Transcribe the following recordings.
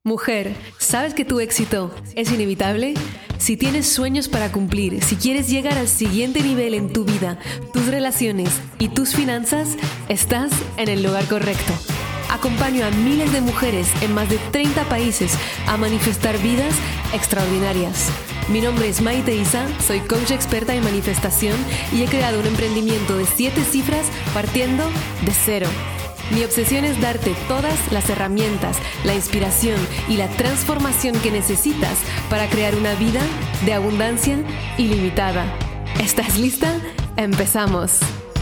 Mujer, ¿sabes que tu éxito es inevitable? Si tienes sueños para cumplir, si quieres llegar al siguiente nivel en tu vida, tus relaciones y tus finanzas, estás en el lugar correcto. Acompaño a miles de mujeres en más de 30 países a manifestar vidas extraordinarias. Mi nombre es Maite Isa, soy coach experta en manifestación y he creado un emprendimiento de 7 cifras partiendo de cero. Mi obsesión es darte todas las herramientas, la inspiración y la transformación que necesitas para crear una vida de abundancia ilimitada. ¿Estás lista? ¡Empezamos!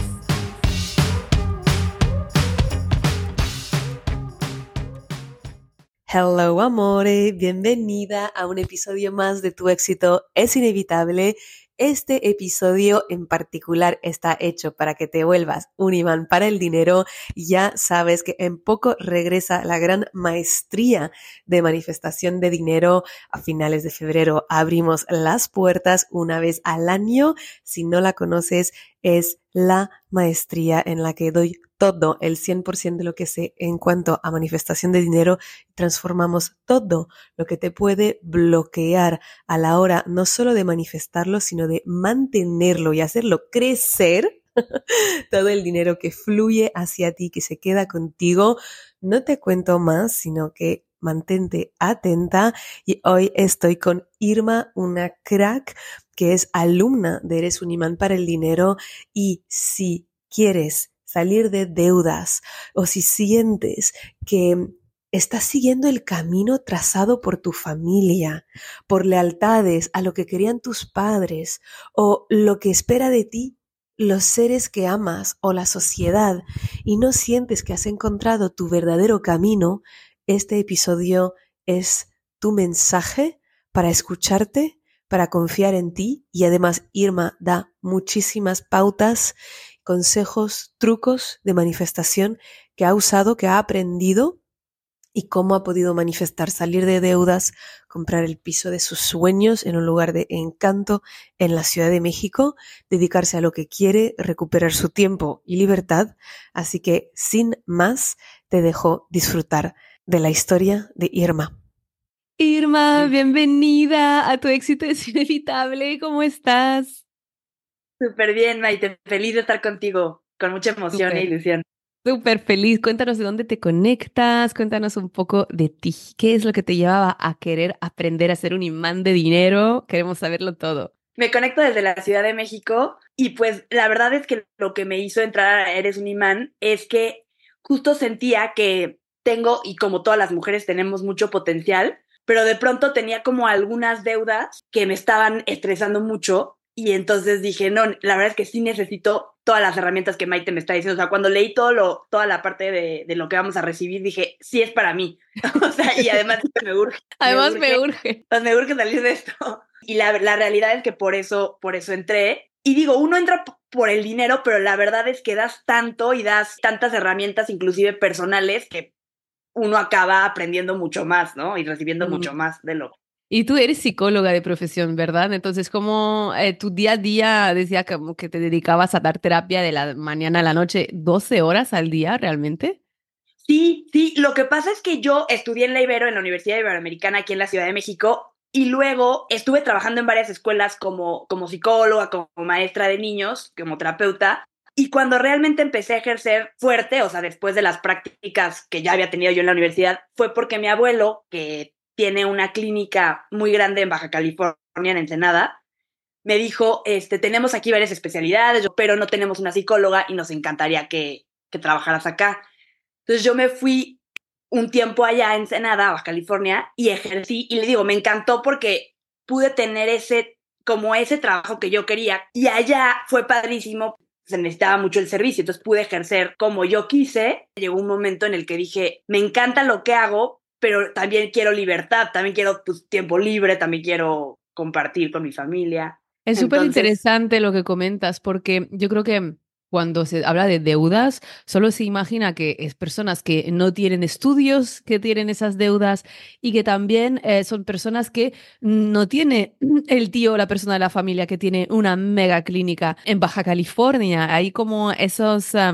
Hello, amore, bienvenida a un episodio más de Tu éxito es inevitable. Este episodio en particular está hecho para que te vuelvas un imán para el dinero. Ya sabes que en poco regresa la gran maestría de manifestación de dinero. A finales de febrero abrimos las puertas una vez al año. Si no la conoces, es la maestría en la que doy todo, el 100% de lo que sé en cuanto a manifestación de dinero. Transformamos todo lo que te puede bloquear a la hora no solo de manifestarlo, sino de mantenerlo y hacerlo crecer. Todo el dinero que fluye hacia ti, que se queda contigo. No te cuento más, sino que mantente atenta. Y hoy estoy con Irma, una crack que es alumna de Eres un imán para el dinero. Y si quieres salir de deudas o si sientes que estás siguiendo el camino trazado por tu familia, por lealtades a lo que querían tus padres o lo que espera de ti los seres que amas o la sociedad y no sientes que has encontrado tu verdadero camino, este episodio es tu mensaje para escucharte, para confiar en ti. Y además Irma da muchísimas pautas, consejos, trucos de manifestación que ha usado, que ha aprendido y cómo ha podido manifestar salir de deudas, comprar el piso de sus sueños en un lugar de encanto en la Ciudad de México, dedicarse a lo que quiere, recuperar su tiempo y libertad. Así que, sin más, te dejo disfrutar de la historia de Irma. Irma, bienvenida a Tu éxito es inevitable. ¿Cómo estás? Súper bien, Maite. Feliz de estar contigo, con mucha emoción e Súper. ilusión. Súper feliz. Cuéntanos de dónde te conectas, cuéntanos un poco de ti. ¿Qué es lo que te llevaba a querer aprender a ser un imán de dinero? Queremos saberlo todo. Me conecto desde la Ciudad de México y pues la verdad es que lo que me hizo entrar a Eres un imán es que justo sentía que tengo, y como todas las mujeres tenemos mucho potencial, pero de pronto tenía como algunas deudas que me estaban estresando mucho y entonces dije, no, la verdad es que sí necesito todas las herramientas que Maite me está diciendo. O sea, cuando leí toda la parte de lo que vamos a recibir, dije, sí es para mí. O sea, y además dije, Además me urge. pues me urge salir de esto. Y la realidad es que por eso entré. Y digo, uno entra por el dinero, pero la verdad es que das tanto y das tantas herramientas, inclusive personales, que uno acaba aprendiendo mucho más, ¿no? Y recibiendo mucho más de lo. Y tú eres psicóloga de profesión, ¿verdad? Entonces, ¿cómo tu día a día decía como que te dedicabas a dar terapia de la mañana a la noche, 12 horas al día realmente? Sí, sí, lo que pasa es que yo estudié en la Ibero, en la Universidad Iberoamericana, aquí en la Ciudad de México, y luego estuve trabajando en varias escuelas como psicóloga, como maestra de niños, como terapeuta, y cuando realmente empecé a ejercer fuerte, o sea, después de las prácticas que ya había tenido yo en la universidad, fue porque mi abuelo, que tiene una clínica muy grande en Baja California, en Ensenada, me dijo, tenemos aquí varias especialidades, pero no tenemos una psicóloga y nos encantaría que trabajaras acá. Entonces yo me fui un tiempo allá en Ensenada, Baja California, y ejercí, y le digo, me encantó porque pude tener como ese trabajo que yo quería, y allá fue padrísimo, se necesitaba mucho el servicio, entonces pude ejercer como yo quise. Llegó un momento en el que dije, me encanta lo que hago, pero también quiero libertad, también quiero pues, tiempo libre, también quiero compartir con mi familia. Es súper Entonces, interesante lo que comentas porque yo creo que cuando se habla de deudas, solo se imagina que es personas que no tienen estudios, que tienen esas deudas y que también son personas que no tiene el tío o la persona de la familia que tiene una mega clínica en Baja California. Hay como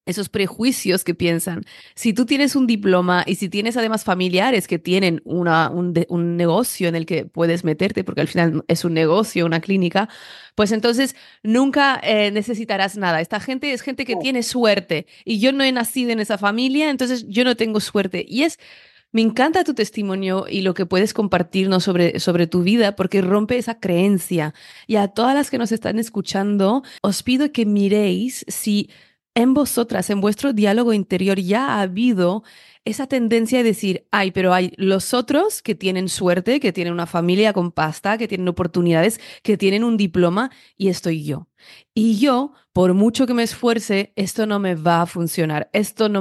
esos prejuicios que piensan. Si tú tienes un diploma y si tienes además familiares que tienen un negocio en el que puedes meterte, porque al final es un negocio, una clínica, pues entonces nunca necesitarás nada. Esta gente es gente que tiene suerte y yo no he nacido en esa familia, entonces yo no tengo suerte. Me encanta tu testimonio y lo que puedes compartirnos sobre tu vida porque rompe esa creencia. Y a todas las que nos están escuchando, os pido que miréis si en vosotras, en vuestro diálogo interior, ya ha habido esa tendencia de decir, ay, pero hay los otros que tienen suerte, que tienen una familia con pasta, que tienen oportunidades, que tienen un diploma y estoy yo. Y yo, por mucho que me esfuerce, esto no me va a funcionar. Esto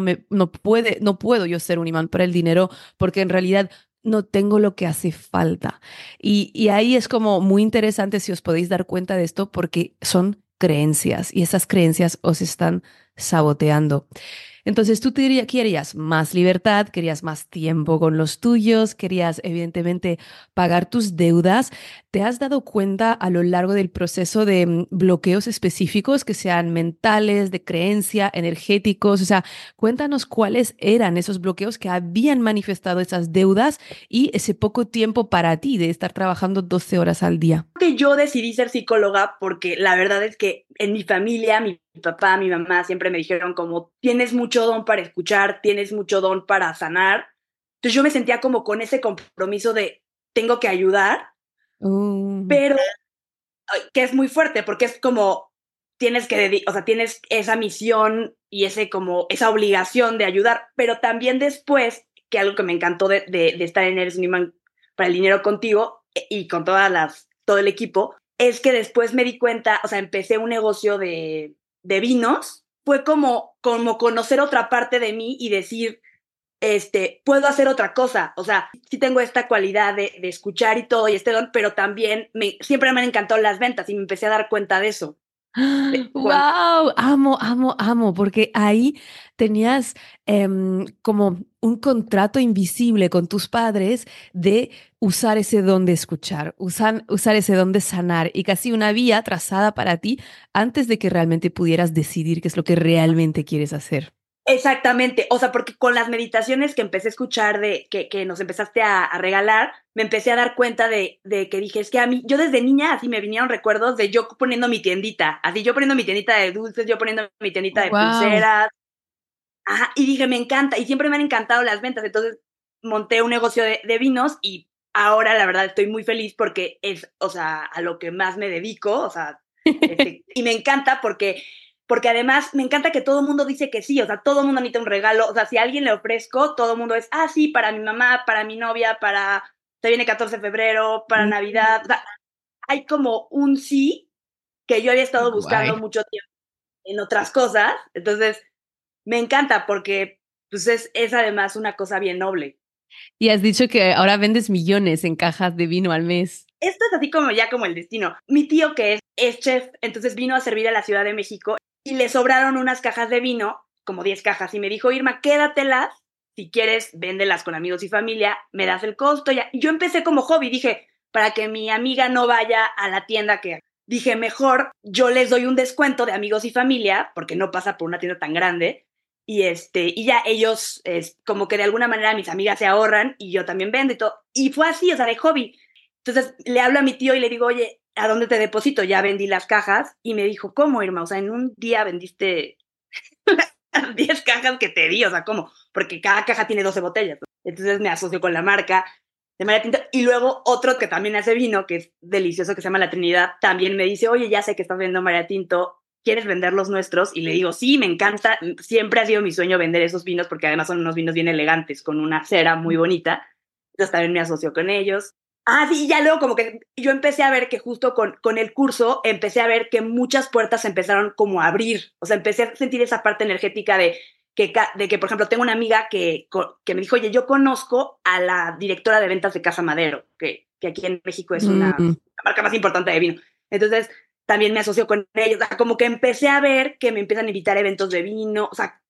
no puedo yo ser un imán para el dinero porque en realidad no tengo lo que hace falta. Y ahí es como muy interesante si os podéis dar cuenta de esto porque son creencias y esas creencias os están saboteando. Entonces tú querías más libertad, querías más tiempo con los tuyos, querías evidentemente pagar tus deudas. ¿Te has dado cuenta a lo largo del proceso de bloqueos específicos que sean mentales, de creencia, energéticos? O sea, cuéntanos cuáles eran esos bloqueos que habían manifestado esas deudas y ese poco tiempo para ti de estar trabajando 12 horas al día. Que yo decidí ser psicóloga porque la verdad es que en mi familia, mi papá, mi mamá siempre me dijeron como tienes mucho don para escuchar, tienes mucho don para sanar. Entonces yo me sentía como con ese compromiso de tengo que ayudar, pero que es muy fuerte porque es como tienes que, o sea, tienes esa misión y ese como esa obligación de ayudar, pero también después, que algo que me encantó de estar en Eres un imán para el dinero contigo y con todo el equipo, es que después me di cuenta, o sea, empecé un negocio de vinos, fue como conocer otra parte de mí y decir, puedo hacer otra cosa, o sea, sí tengo esta cualidad de escuchar y todo y este don, pero también siempre me han encantado las ventas y me empecé a dar cuenta de eso. Cuando, ¡Wow! Amo, amo, amo, porque ahí tenías como un contrato invisible con tus padres de usar ese don de escuchar, usar ese don de sanar y casi una vía trazada para ti antes de que realmente pudieras decidir qué es lo que realmente quieres hacer. exactamente, o sea, porque con las meditaciones que empecé a escuchar que nos empezaste a regalar, me empecé a dar cuenta de que dije, es que a mí, yo desde niña así me vinieron recuerdos de yo poniendo mi tiendita, así yo poniendo mi tiendita de dulces, yo poniendo mi tiendita de Wow. pulseras, ajá, y dije, me encanta, y siempre me han encantado las ventas, entonces monté un negocio de vinos y ahora la verdad estoy muy feliz porque es, o sea, a lo que más me dedico, o sea, y me encanta porque además me encanta que todo el mundo dice que sí, o sea, todo el mundo necesita un regalo, o sea, si a alguien le ofrezco, todo el mundo es, ah, sí, para mi mamá, para mi novia, se viene 14 de febrero, para Navidad, o sea, hay como un sí que yo había Qué estado buscando guay. mucho tiempo en otras cosas, entonces me encanta porque pues es además una cosa bien noble. Y has dicho que ahora vendes millones en cajas de vino al mes. Esto es así como ya como el destino. Mi tío que es chef, entonces vino a servir a la Ciudad de México y le sobraron unas cajas de vino, como 10 cajas, y me dijo, Irma, quédatelas, si quieres, véndelas con amigos y familia, me das el costo. Ya. Y yo empecé como hobby, dije, para que mi amiga no vaya a la tienda que... Dije, mejor yo les doy un descuento de amigos y familia, porque no pasa por una tienda tan grande, y ya ellos, como que de alguna manera mis amigas se ahorran y yo también vendo y todo. Y fue así, o sea, de hobby. Entonces le hablo a mi tío y le digo, oye, ¿a dónde te deposito? Ya vendí las cajas. Y me dijo, ¿cómo, Irma? O sea, en un día vendiste las 10 cajas que te di, o sea, ¿cómo? Porque cada caja tiene 12 botellas. Entonces me asocio con la marca de María Tinto. Y luego otro que también hace vino, que es delicioso, que se llama La Trinidad, también me dice, oye, ya sé que estás vendiendo María Tinto, ¿quieres vender los nuestros? Y le digo, sí, me encanta, siempre ha sido mi sueño vender esos vinos porque además son unos vinos bien elegantes, con una cera muy bonita. Entonces también me asocio con ellos. Ah, sí, y ya luego como que yo empecé a ver que justo con el curso empecé a ver que muchas puertas se empezaron como a abrir. O sea, empecé a sentir esa parte energética de que, por ejemplo, tengo una amiga que me dijo, oye, yo conozco a la directora de ventas de Casa Madero, que aquí en México es Mm. la marca más importante de vino. Entonces, también me asocio con ellos. O sea, como que empecé a ver que me empiezan a invitar a eventos de vino. O sea,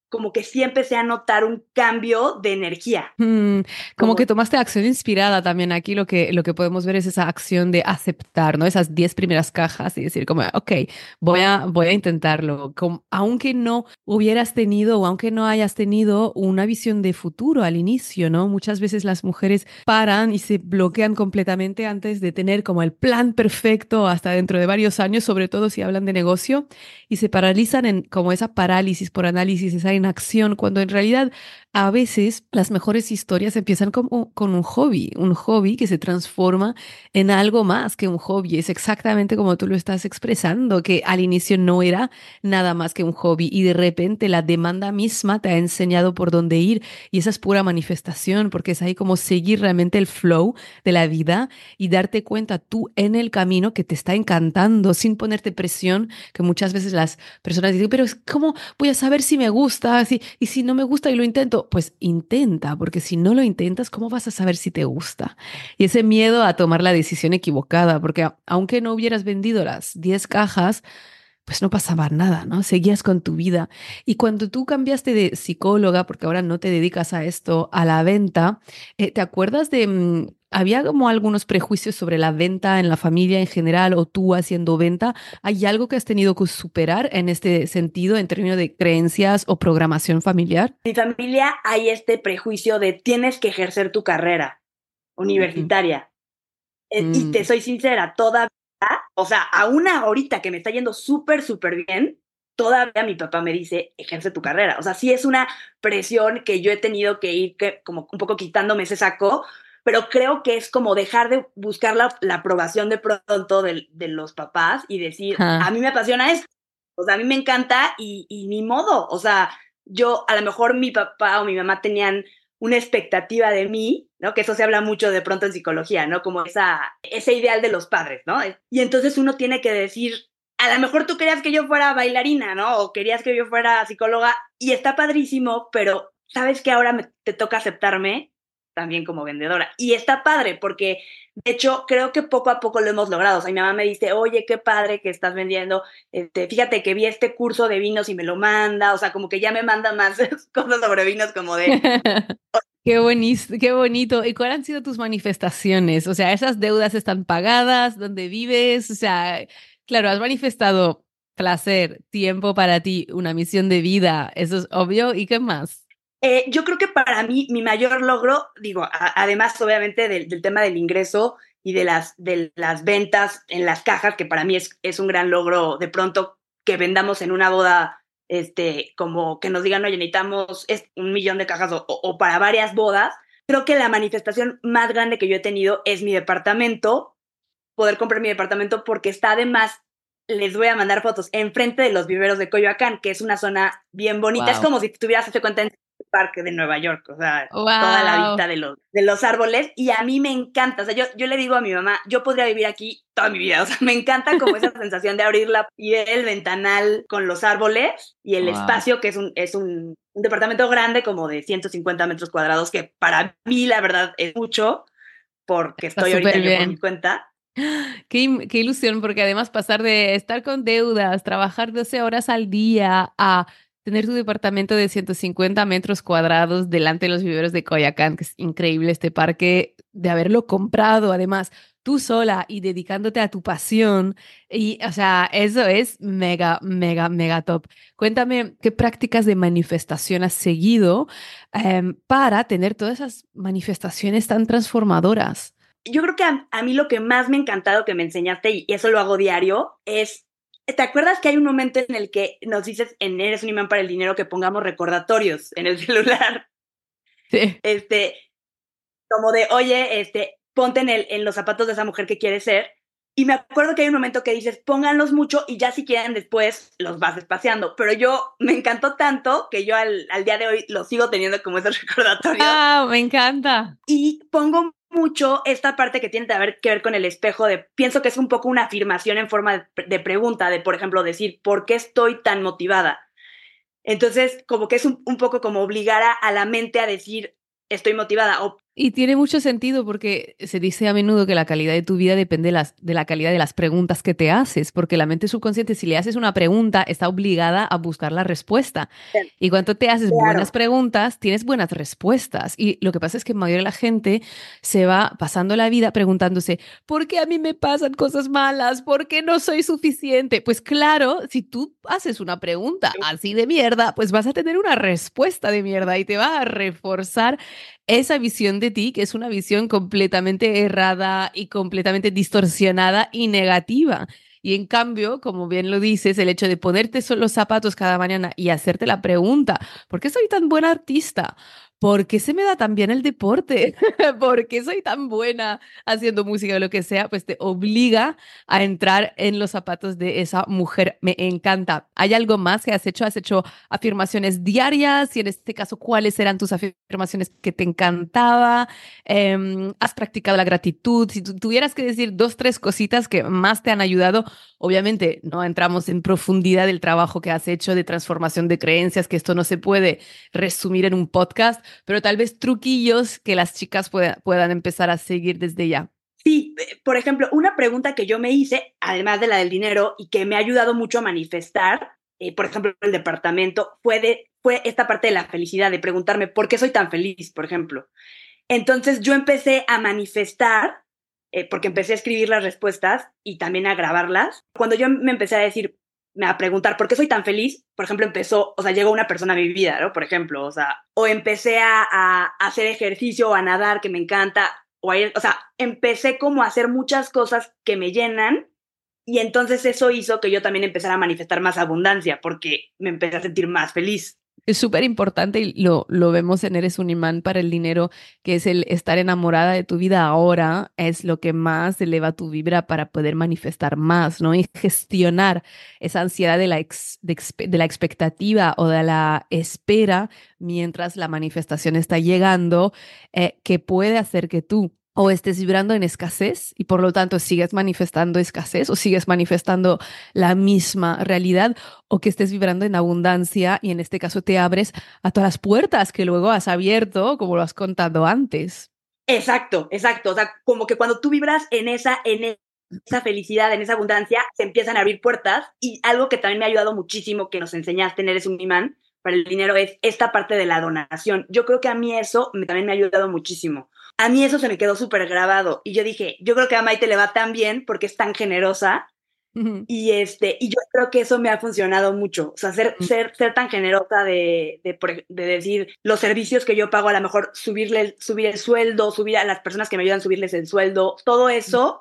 como que sí empecé a notar un cambio de energía. Como Como que tomaste acción inspirada también. Aquí lo que podemos ver es esa acción de aceptar, ¿no? Esas 10 primeras cajas y decir como, ok, voy a intentarlo. Aunque no hubieras tenido o aunque no hayas tenido una visión de futuro al inicio, ¿no? Muchas veces las mujeres paran y se bloquean completamente antes de tener como el plan perfecto hasta dentro de varios años, sobre todo si hablan de negocio, y se paralizan en como esa parálisis por análisis, esa inacción, cuando en realidad a veces las mejores historias empiezan como con un hobby que se transforma en algo más que un hobby. Es exactamente como tú lo estás expresando, que al inicio no era nada más que un hobby y de repente la demanda misma te ha enseñado por dónde ir y esa es pura manifestación, porque es ahí como seguir realmente el flow de la vida y darte cuenta tú en el camino que te está encantando sin ponerte presión, que muchas veces las personas dicen, pero ¿cómo voy a saber si me gusta? Y si no me gusta y lo intento, pues intenta, porque si no lo intentas, ¿cómo vas a saber si te gusta? Y ese miedo a tomar la decisión equivocada, porque aunque no hubieras vendido las 10 cajas, pues no pasaba nada, ¿no? Seguías con tu vida. Y cuando tú cambiaste de psicóloga, porque ahora no te dedicas a esto, a la venta, ¿te acuerdas de, había como algunos prejuicios sobre la venta en la familia en general o tú haciendo venta? ¿Hay algo que has tenido que superar en este sentido en términos de creencias o programación familiar? en mi familia hay este prejuicio de tienes que ejercer tu carrera Mm, universitaria. Y te mm. soy sincera, todavía, o sea, aún ahorita que me está yendo súper, súper bien, todavía mi papá me dice, ejerce tu carrera. O sea, sí es una presión que yo he tenido que ir como un poco quitándome ese saco, pero creo que es como dejar de buscar la aprobación de pronto de los papás y decir, a Ja. mí me apasiona esto, o sea, a mí me encanta y ni modo. O sea, yo, a lo mejor mi papá o mi mamá tenían una expectativa de mí, ¿no? Que eso se habla mucho de pronto en psicología, ¿no? Como ese ideal de los padres, ¿no? Y entonces uno tiene que decir, a lo mejor tú querías que yo fuera bailarina, ¿no? O querías que yo fuera psicóloga, y está padrísimo, pero sabes que ahora te toca aceptarme también como vendedora. Y está padre, porque de hecho creo que poco a poco lo hemos logrado. O sea, mi mamá me dice, oye, qué padre que estás vendiendo, fíjate que vi este curso de vinos y me lo manda, o sea, como que ya me manda más cosas sobre vinos como de, Qué bonito, qué bonito. ¿Y cuáles han sido tus manifestaciones? O sea, ¿esas deudas están pagadas? ¿Dónde vives? O sea, claro, has manifestado placer, tiempo para ti, una misión de vida, eso es obvio. ¿Y qué más? Yo creo que para mí mi mayor logro, digo, además obviamente del tema del ingreso y de las ventas en las cajas, que para mí es un gran logro de pronto que vendamos en una boda, como que nos digan, oye, necesitamos 1 millón de cajas o para varias bodas. Creo que la manifestación más grande que yo he tenido es mi departamento, poder comprar mi departamento porque está además, les voy a mandar fotos, enfrente de los viveros de Coyoacán, que es una zona bien bonita. Es Wow. como si estuvieras, hecho cuenta, en el parque de Nueva York, o sea, toda la Wow. vista de los árboles, y a mí me encanta. O sea, yo le digo a mi mamá, yo podría vivir aquí toda mi vida. O sea, me encanta como esa sensación de abrirla y ver el ventanal con los árboles y el Wow. espacio, que es un departamento grande como de 150 metros cuadrados, que para mí la verdad es mucho porque Está estoy ahorita súper yo por mi bien. cuenta. Qué ilusión, porque además pasar de estar con deudas, trabajar 12 horas al día, a tener tu departamento de 150 metros cuadrados delante de los viveros de Coyacán, que es increíble este parque, de haberlo comprado además tú sola y dedicándote a tu pasión. Y, o sea, eso es mega, mega, mega top. Cuéntame, ¿qué prácticas de manifestación has seguido, para tener todas esas manifestaciones tan transformadoras? Yo creo que a mí lo que más me ha encantado que me enseñaste, y eso lo hago diario, es, ¿te acuerdas que hay un momento en el que nos dices en Eres un imán para el dinero que pongamos recordatorios en el celular? Sí. Este, como de, oye, ponte en los zapatos de esa mujer que quieres ser. Y me acuerdo que hay un momento que dices, pónganlos mucho y ya si quieren después los vas espaciando. Pero yo me encantó tanto que yo al día de hoy los sigo teniendo como esos recordatorios. ¡Ah, me encanta! Y pongo mucho esta parte que tiene que ver con el espejo pienso que es un poco una afirmación en forma de pregunta, de por ejemplo decir, ¿por qué estoy tan motivada? Entonces, como que es un poco como obligar a la mente a decir, estoy motivada, o Y tiene mucho sentido porque se dice a menudo que la calidad de tu vida depende de la calidad de las preguntas que te haces, porque la mente subconsciente, si le haces una pregunta, está obligada a buscar la respuesta. Y cuando te haces buenas Claro. preguntas, tienes buenas respuestas. Y lo que pasa es que la mayoría de la gente se va pasando la vida preguntándose, ¿por qué a mí me pasan cosas malas? ¿Por qué no soy suficiente? Pues claro, si tú haces una pregunta así de mierda, pues vas a tener una respuesta de mierda y te va a reforzar esa visión de ti, que es una visión completamente errada y completamente distorsionada y negativa. Y en cambio, como bien lo dices, el hecho de ponerte los zapatos cada mañana y hacerte la pregunta, ¿por qué soy tan buena artista? ¿Por qué se me da tan bien el deporte? ¿Por qué soy tan buena haciendo música o lo que sea? Pues te obliga a entrar en los zapatos de esa mujer. Me encanta. ¿Hay algo más que has hecho? ¿Has hecho afirmaciones diarias? Y en este caso, ¿cuáles eran tus afirmaciones que te encantaba? ¿Has practicado la gratitud? Si tuvieras que decir dos, tres cositas que más te han ayudado, obviamente no entramos en profundidad del trabajo que has hecho de transformación de creencias, que esto no se puede resumir en un podcast, pero tal vez truquillos que las chicas puedan empezar a seguir desde ya. Sí, por ejemplo, una pregunta que yo me hice, además de la del dinero, y que me ha ayudado mucho a manifestar, por ejemplo, el departamento, fue esta parte de la felicidad, de preguntarme por qué soy tan feliz, por ejemplo. Entonces yo empecé a manifestar, porque empecé a escribir las respuestas y también a grabarlas. Cuando yo me empecé a decir, a preguntar por qué soy tan feliz, por ejemplo, llegó una persona a mi vida, ¿no? Por ejemplo, o empecé a hacer ejercicio o a nadar, que me encanta, empecé como a hacer muchas cosas que me llenan y entonces eso hizo que yo también empezara a manifestar más abundancia porque me empecé a sentir más feliz. Es súper importante y lo vemos en Eres un imán para el dinero, que es el estar enamorada de tu vida ahora, es lo que más eleva tu vibra para poder manifestar más, ¿no? Y gestionar esa ansiedad de de la expectativa o de la espera mientras la manifestación está llegando, que puede hacer que tú o estés vibrando en escasez y por lo tanto sigues manifestando escasez o sigues manifestando la misma realidad o que estés vibrando en abundancia y en este caso te abres a todas las puertas que luego has abierto, como lo has contado antes. Exacto, exacto. O sea, como que cuando tú vibras en esa felicidad, en esa abundancia, se empiezan a abrir puertas. Y algo que también me ha ayudado muchísimo, que nos enseñaste en Eres un imán para el dinero, es esta parte de la donación. Yo creo que a mí eso también me ha ayudado muchísimo. A mí eso se me quedó súper grabado. Y yo dije, yo creo que a Maite le va tan bien porque es tan generosa. Y yo creo que eso me ha funcionado mucho. O sea, ser tan generosa de decir los servicios que yo pago, a lo mejor subir el sueldo, subir a las personas que me ayudan a subirles el sueldo, todo eso,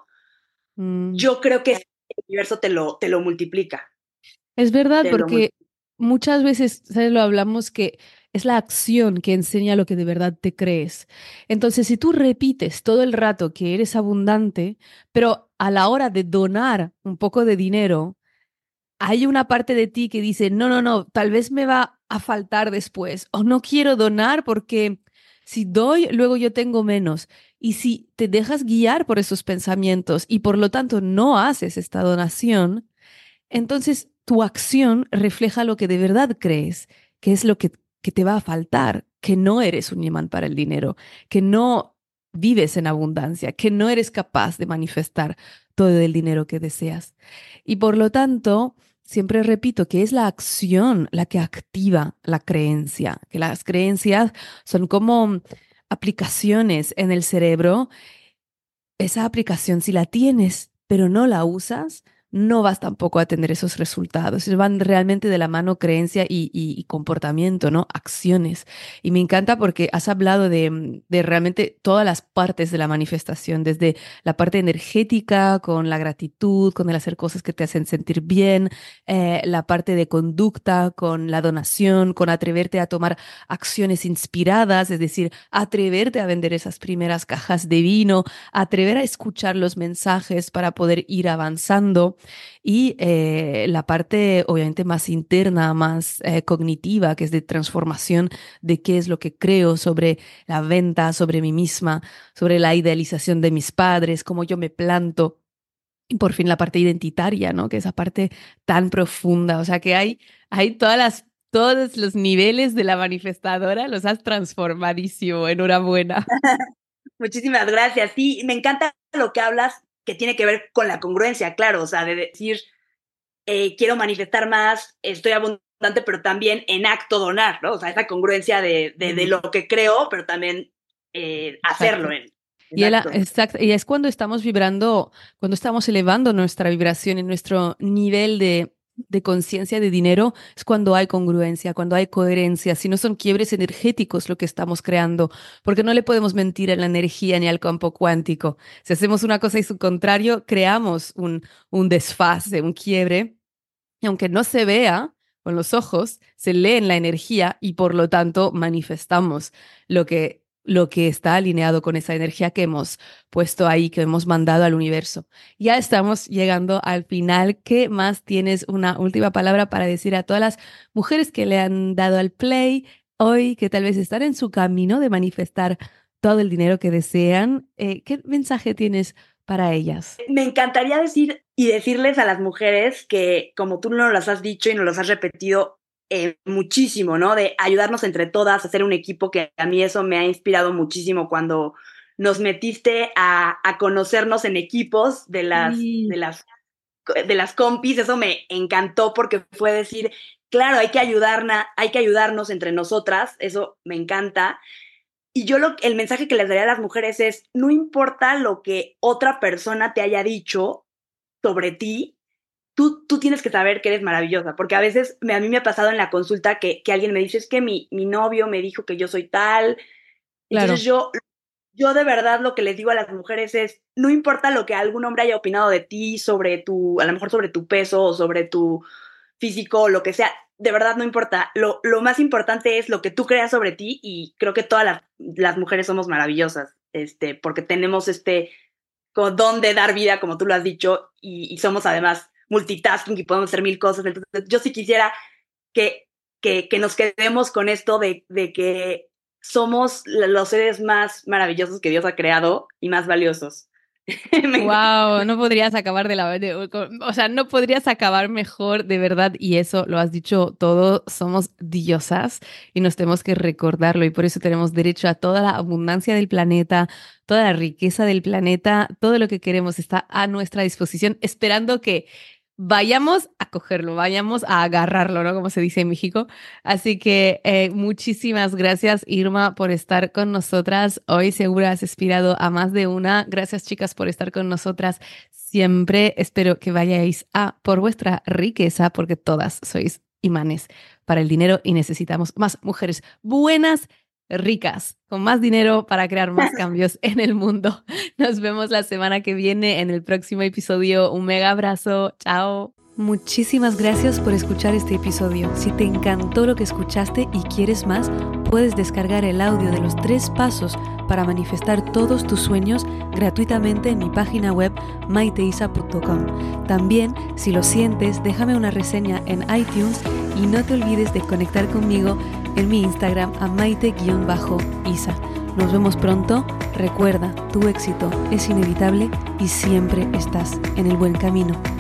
Mm. yo creo que el universo te lo multiplica. Es verdad, Te lo porque multiplica. muchas veces, ¿sabes? Lo hablamos que es la acción que enseña lo que de verdad te crees. Entonces, si tú repites todo el rato que eres abundante, pero a la hora de donar un poco de dinero, hay una parte de ti que dice, no, no, no, tal vez me va a faltar después, o no quiero donar porque si doy, luego yo tengo menos. Y si te dejas guiar por esos pensamientos y por lo tanto no haces esta donación, entonces tu acción refleja lo que de verdad crees, que es lo que te va a faltar, que no eres un imán para el dinero, que no vives en abundancia, que no eres capaz de manifestar todo el dinero que deseas. Y por lo tanto, siempre repito que es la acción la que activa la creencia, que las creencias son como aplicaciones en el cerebro. Esa aplicación, si la tienes, pero no la usas, no vas tampoco a tener esos resultados. Van realmente de la mano creencia y comportamiento, ¿no? Acciones. Y me encanta porque has hablado de realmente todas las partes de la manifestación, desde la parte energética, con la gratitud, con el hacer cosas que te hacen sentir bien, la parte de conducta, con la donación, con atreverte a tomar acciones inspiradas, es decir, atreverte a vender esas primeras cajas de vino, atrever a escuchar los mensajes para poder ir avanzando y la parte obviamente más interna, más cognitiva, que es de transformación de qué es lo que creo sobre la venta, sobre mí misma, sobre la idealización de mis padres, cómo yo me planto. Y por fin la parte identitaria, ¿no? Que esa parte tan profunda, o sea que hay todos los niveles de la manifestadora, los has transformadísimo, enhorabuena. Muchísimas gracias. Sí, me encanta lo que hablas, que tiene que ver con la congruencia, claro, o sea, de decir, quiero manifestar más, estoy abundante, pero también en acto donar, ¿no? O sea, esa congruencia de lo que creo, pero también hacerlo. Exacto. Exacto, y es cuando estamos vibrando, cuando estamos elevando nuestra vibración y nuestro nivel de conciencia de dinero, es cuando hay congruencia, cuando hay coherencia, si no son quiebres energéticos lo que estamos creando, porque no le podemos mentir a la energía ni al campo cuántico. Si hacemos una cosa y su contrario, creamos un desfase, un quiebre, y aunque no se vea con los ojos, se lee en la energía y por lo tanto manifestamos lo que está alineado con esa energía que hemos puesto ahí, que hemos mandado al universo. Ya estamos llegando al final. ¿Qué más tienes una última palabra para decir a todas las mujeres que le han dado al play hoy, que tal vez están en su camino de manifestar todo el dinero que desean? ¿Qué mensaje tienes para ellas? Me encantaría decir y decirles a las mujeres que, como tú nos las has dicho y nos las has repetido muchísimo, ¿no? De ayudarnos entre todas, hacer un equipo, que a mí eso me ha inspirado muchísimo cuando nos metiste a conocernos en equipos Sí. de las compis. Eso me encantó porque fue decir, claro, hay que ayudarnos entre nosotras, eso me encanta. Y yo el mensaje que les daría a las mujeres es, no importa lo que otra persona te haya dicho sobre ti, tú tienes que saber que eres maravillosa, porque a veces a mí me ha pasado en la consulta que alguien me dice, es que mi novio me dijo que yo soy tal. Claro. Entonces yo de verdad lo que les digo a las mujeres es, no importa lo que algún hombre haya opinado de ti, sobre a lo mejor sobre tu peso o sobre tu físico o lo que sea, de verdad no importa. Lo más importante es lo que tú creas sobre ti, y creo que todas las mujeres somos maravillosas, porque tenemos don de dar vida, como tú lo has dicho, y somos además multitasking y podemos hacer mil cosas. Entonces yo sí quisiera que nos quedemos con esto de que somos los seres más maravillosos que Dios ha creado y más valiosos. Wow, no podrías acabar o sea, no podrías acabar mejor de verdad y eso lo has dicho todo, somos diosas y nos tenemos que recordarlo y por eso tenemos derecho a toda la abundancia del planeta, toda la riqueza del planeta, todo lo que queremos está a nuestra disposición, esperando que vayamos a cogerlo, vayamos a agarrarlo, ¿no? Como se dice en México. Así que muchísimas gracias, Irma, por estar con nosotras. Hoy seguro has inspirado a más de una. Gracias, chicas, por estar con nosotras siempre. Espero que vayáis a por vuestra riqueza, porque todas sois imanes para el dinero y necesitamos más mujeres buenas, ricas, con más dinero para crear más cambios en el mundo. Nos vemos la semana que viene en el próximo episodio. Un mega abrazo. Chao. Muchísimas gracias por escuchar este episodio. Si te encantó lo que escuchaste y quieres más, puedes descargar el audio de los 3 pasos para manifestar todos tus sueños gratuitamente en mi página web maiteisa.com. También, si lo sientes, déjame una reseña en iTunes y no te olvides de conectar conmigo en mi Instagram a maite_isa. Nos vemos pronto. Recuerda, tu éxito es inevitable y siempre estás en el buen camino.